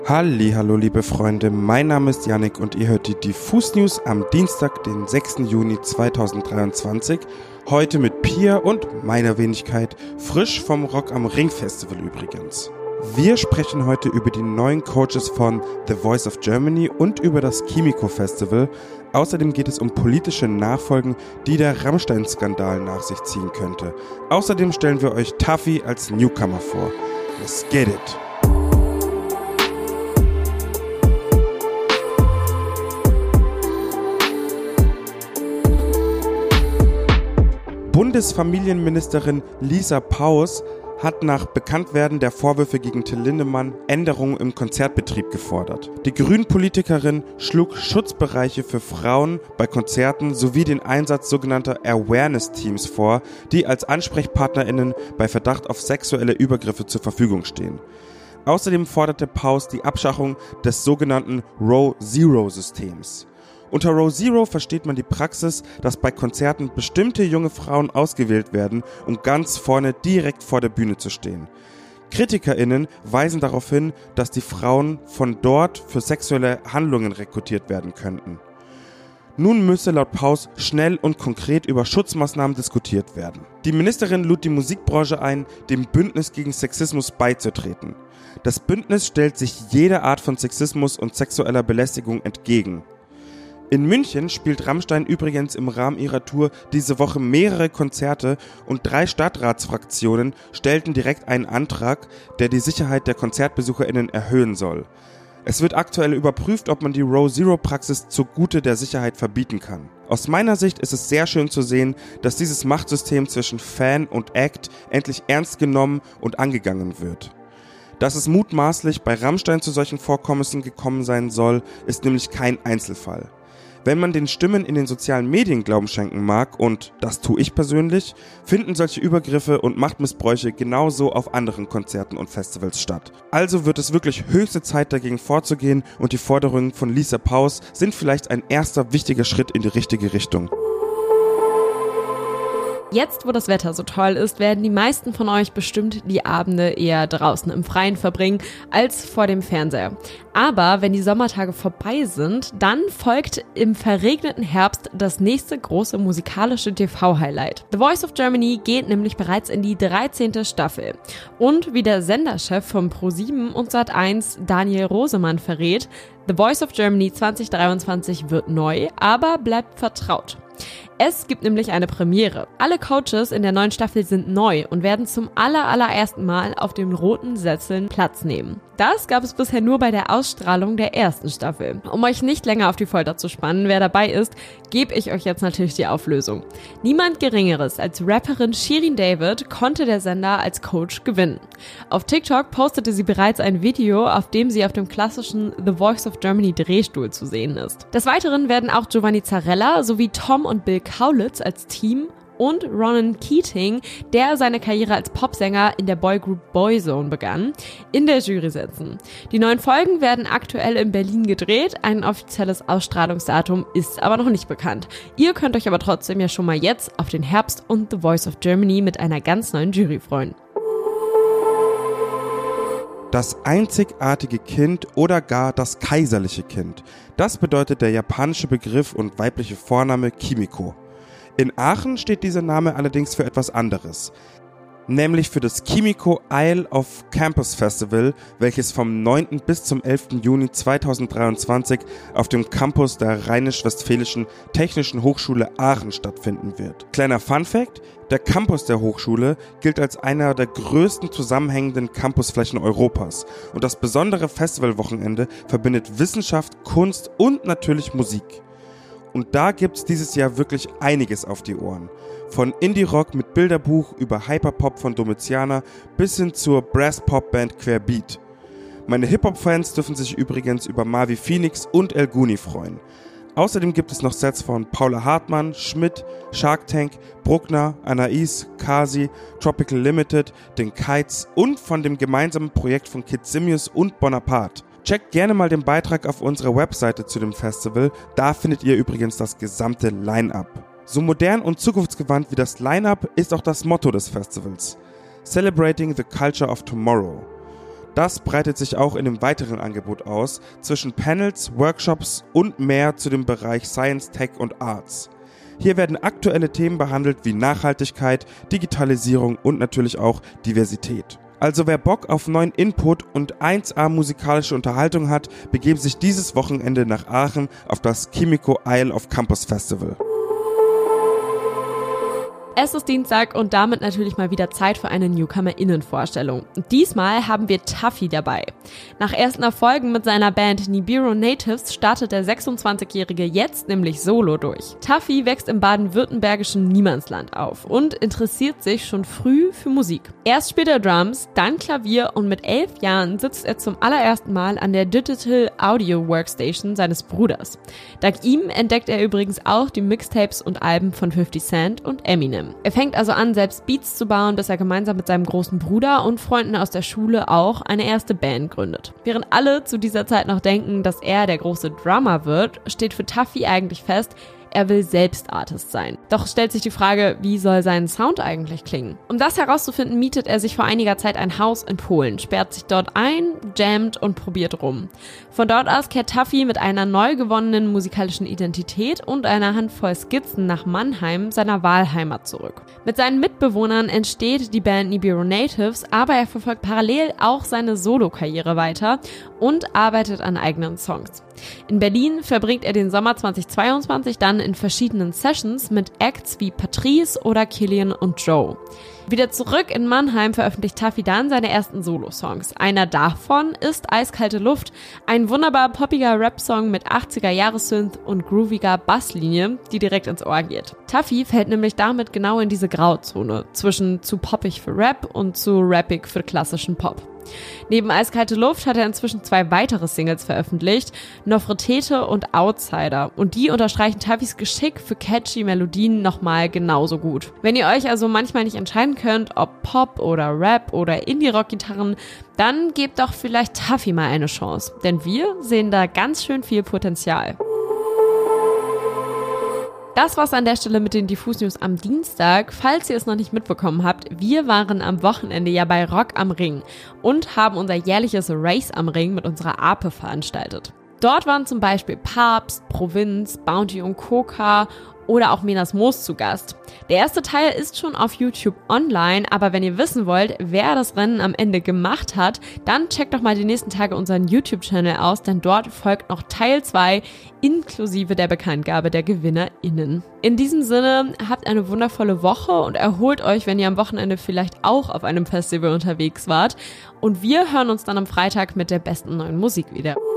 Hallihallo liebe Freunde, mein Name ist Yannick und ihr hört die Diffus News am Dienstag, den 6. Juni 2023. Heute mit Pia und meiner Wenigkeit, frisch vom Rock am Ring Festival übrigens. Wir sprechen heute über die neuen Coaches von The Voice of Germany und über das Chemiko Festival. Außerdem geht es um politische Nachfolgen, die der Rammstein-Skandal nach sich ziehen könnte. Außerdem stellen wir euch Taffy als Newcomer vor. Let's get it! Bundesfamilienministerin Lisa Paus hat nach Bekanntwerden der Vorwürfe gegen Till Lindemann Änderungen im Konzertbetrieb gefordert. Die Grünen-Politikerin schlug Schutzbereiche für Frauen bei Konzerten sowie den Einsatz sogenannter Awareness-Teams vor, die als AnsprechpartnerInnen bei Verdacht auf sexuelle Übergriffe zur Verfügung stehen. Außerdem forderte Paus die Abschaffung des sogenannten Row-Zero-Systems. Unter Row Zero versteht man die Praxis, dass bei Konzerten bestimmte junge Frauen ausgewählt werden, um ganz vorne direkt vor der Bühne zu stehen. KritikerInnen weisen darauf hin, dass die Frauen von dort für sexuelle Handlungen rekrutiert werden könnten. Nun müsse laut Paus schnell und konkret über Schutzmaßnahmen diskutiert werden. Die Ministerin lud die Musikbranche ein, dem Bündnis gegen Sexismus beizutreten. Das Bündnis stellt sich jeder Art von Sexismus und sexueller Belästigung entgegen. In München spielt Rammstein übrigens im Rahmen ihrer Tour diese Woche mehrere Konzerte und 3 Stadtratsfraktionen stellten direkt einen Antrag, der die Sicherheit der KonzertbesucherInnen erhöhen soll. Es wird aktuell überprüft, ob man die Row-Zero-Praxis zugute der Sicherheit verbieten kann. Aus meiner Sicht ist es sehr schön zu sehen, dass dieses Machtsystem zwischen Fan und Act endlich ernst genommen und angegangen wird. Dass es mutmaßlich bei Rammstein zu solchen Vorkommnissen gekommen sein soll, ist nämlich kein Einzelfall. Wenn man den Stimmen in den sozialen Medien Glauben schenken mag, und das tue ich persönlich, finden solche Übergriffe und Machtmissbräuche genauso auf anderen Konzerten und Festivals statt. Also wird es wirklich höchste Zeit dagegen vorzugehen und die Forderungen von Lisa Paus sind vielleicht ein erster wichtiger Schritt in die richtige Richtung. Jetzt, wo das Wetter so toll ist, werden die meisten von euch bestimmt die Abende eher draußen im Freien verbringen als vor dem Fernseher. Aber wenn die Sommertage vorbei sind, dann folgt im verregneten Herbst das nächste große musikalische TV-Highlight. The Voice of Germany geht nämlich bereits in die 13. Staffel. Und wie der Senderchef von ProSieben und Sat.1 Daniel Rosemann verrät, The Voice of Germany 2023 wird neu, aber bleibt vertraut. Es gibt nämlich eine Premiere. Alle Coaches in der neuen Staffel sind neu und werden zum allerersten Mal auf den roten Sesseln Platz nehmen. Das gab es bisher nur bei der Ausstrahlung der ersten Staffel. Um euch nicht länger auf die Folter zu spannen, wer dabei ist, gebe ich euch jetzt natürlich die Auflösung. Niemand Geringeres als Rapperin Shirin David konnte der Sender als Coach gewinnen. Auf TikTok postete sie bereits ein Video, auf dem sie auf dem klassischen The Voice of Germany Drehstuhl zu sehen ist. Des Weiteren werden auch Giovanni Zarella sowie Tom und Bill Kaulitz als Team und Ronan Keating, der seine Karriere als Popsänger in der Boygroup Boyzone begann, in der Jury sitzen. Die neuen Folgen werden aktuell in Berlin gedreht, ein offizielles Ausstrahlungsdatum ist aber noch nicht bekannt. Ihr könnt euch aber trotzdem ja schon mal jetzt auf den Herbst und The Voice of Germany mit einer ganz neuen Jury freuen. Das einzigartige Kind oder gar das kaiserliche Kind. Das bedeutet der japanische Begriff und weibliche Vorname Chemiko. In Aachen steht dieser Name allerdings für etwas anderes, nämlich für das Chemiko Isle of Campus Festival, welches vom 9. bis zum 11. Juni 2023 auf dem Campus der Rheinisch-Westfälischen Technischen Hochschule Aachen stattfinden wird. Kleiner Funfact: Der Campus der Hochschule gilt als einer der größten zusammenhängenden Campusflächen Europas und das besondere Festivalwochenende verbindet Wissenschaft, Kunst und natürlich Musik. Und da gibt's dieses Jahr wirklich einiges auf die Ohren. Von Indie-Rock mit Bilderbuch über Hyperpop von Domiziana bis hin zur Brass-Pop-Band Querbeat. Meine Hip-Hop-Fans dürfen sich übrigens über Marvi Phoenix und El Guni freuen. Außerdem gibt es noch Sets von Paula Hartmann, Schmidt, Shark Tank, Bruckner, Anais, Kasi, Tropical Limited, den Kites und von dem gemeinsamen Projekt von Kid Simius und Bonaparte. Checkt gerne mal den Beitrag auf unserer Webseite zu dem Festival, da findet ihr übrigens das gesamte Line-Up. So modern und zukunftsgewandt wie das Line-Up ist auch das Motto des Festivals: Celebrating the Culture of Tomorrow. Das breitet sich auch in dem weiteren Angebot aus, zwischen Panels, Workshops und mehr zu dem Bereich Science, Tech und Arts. Hier werden aktuelle Themen behandelt wie Nachhaltigkeit, Digitalisierung und natürlich auch Diversität. Also wer Bock auf neuen Input und 1A musikalische Unterhaltung hat, begeben sich dieses Wochenende nach Aachen auf das Kimiko Isle of Campus Festival. Es ist Dienstag und damit natürlich mal wieder Zeit für eine NewcomerInnen-Vorstellung. Diesmal haben wir Tuffy dabei. Nach ersten Erfolgen mit seiner Band Nibiru Natives startet der 26-Jährige jetzt nämlich solo durch. Tuffy wächst im baden-württembergischen Niemandsland auf und interessiert sich schon früh für Musik. Erst spielt er Drums, dann Klavier und mit 11 Jahren sitzt er zum allerersten Mal an der Digital Audio Workstation seines Bruders. Dank ihm entdeckt er übrigens auch die Mixtapes und Alben von 50 Cent und Eminem. Er fängt also an, selbst Beats zu bauen, bis er gemeinsam mit seinem großen Bruder und Freunden aus der Schule auch eine erste Band gründet. Während alle zu dieser Zeit noch denken, dass er der große Drummer wird, steht für Tuffy eigentlich fest, er will selbst Artist sein. Doch stellt sich die Frage, wie soll sein Sound eigentlich klingen? Um das herauszufinden, mietet er sich vor einiger Zeit ein Haus in Polen, sperrt sich dort ein, jammt und probiert rum. Von dort aus kehrt Tuffy mit einer neu gewonnenen musikalischen Identität und einer Handvoll Skizzen nach Mannheim, seiner Wahlheimat, zurück. Mit seinen Mitbewohnern entsteht die Band Nibiru Natives, aber er verfolgt parallel auch seine Solo-Karriere weiter und arbeitet an eigenen Songs. In Berlin verbringt er den Sommer 2022 dann in verschiedenen Sessions mit Acts wie Patrice oder Killian und Joe. Wieder zurück in Mannheim veröffentlicht Tuffy dann seine ersten Solo-Songs. Einer davon ist Eiskalte Luft, ein wunderbar poppiger Rap-Song mit 80er-Jahres-Synth und grooviger Basslinie, die direkt ins Ohr geht. Tuffy fällt nämlich damit genau in diese Grauzone zwischen zu poppig für Rap und zu rappig für klassischen Pop. Neben Eiskalte Luft hat er inzwischen 2 weitere Singles veröffentlicht, Nofretete und Outsider. Und die unterstreichen Tuffys Geschick für catchy Melodien nochmal genauso gut. Wenn ihr euch also manchmal nicht entscheiden könnt, ob Pop oder Rap oder Indie-Rock-Gitarren, dann gebt doch vielleicht Tuffy mal eine Chance. Denn wir sehen da ganz schön viel Potenzial. Das war's an der Stelle mit den Diffus News am Dienstag. Falls ihr es noch nicht mitbekommen habt, wir waren am Wochenende ja bei Rock am Ring und haben unser jährliches Race am Ring mit unserer APE veranstaltet. Dort waren zum Beispiel Papst, Provinz, Bounty und Coca oder auch Menas Moos zu Gast. Der erste Teil ist schon auf YouTube online, aber wenn ihr wissen wollt, wer das Rennen am Ende gemacht hat, dann checkt doch mal die nächsten Tage unseren YouTube-Channel aus, denn dort folgt noch Teil 2 inklusive der Bekanntgabe der GewinnerInnen. In diesem Sinne, habt eine wundervolle Woche und erholt euch, wenn ihr am Wochenende vielleicht auch auf einem Festival unterwegs wart. Und wir hören uns dann am Freitag mit der besten neuen Musik wieder.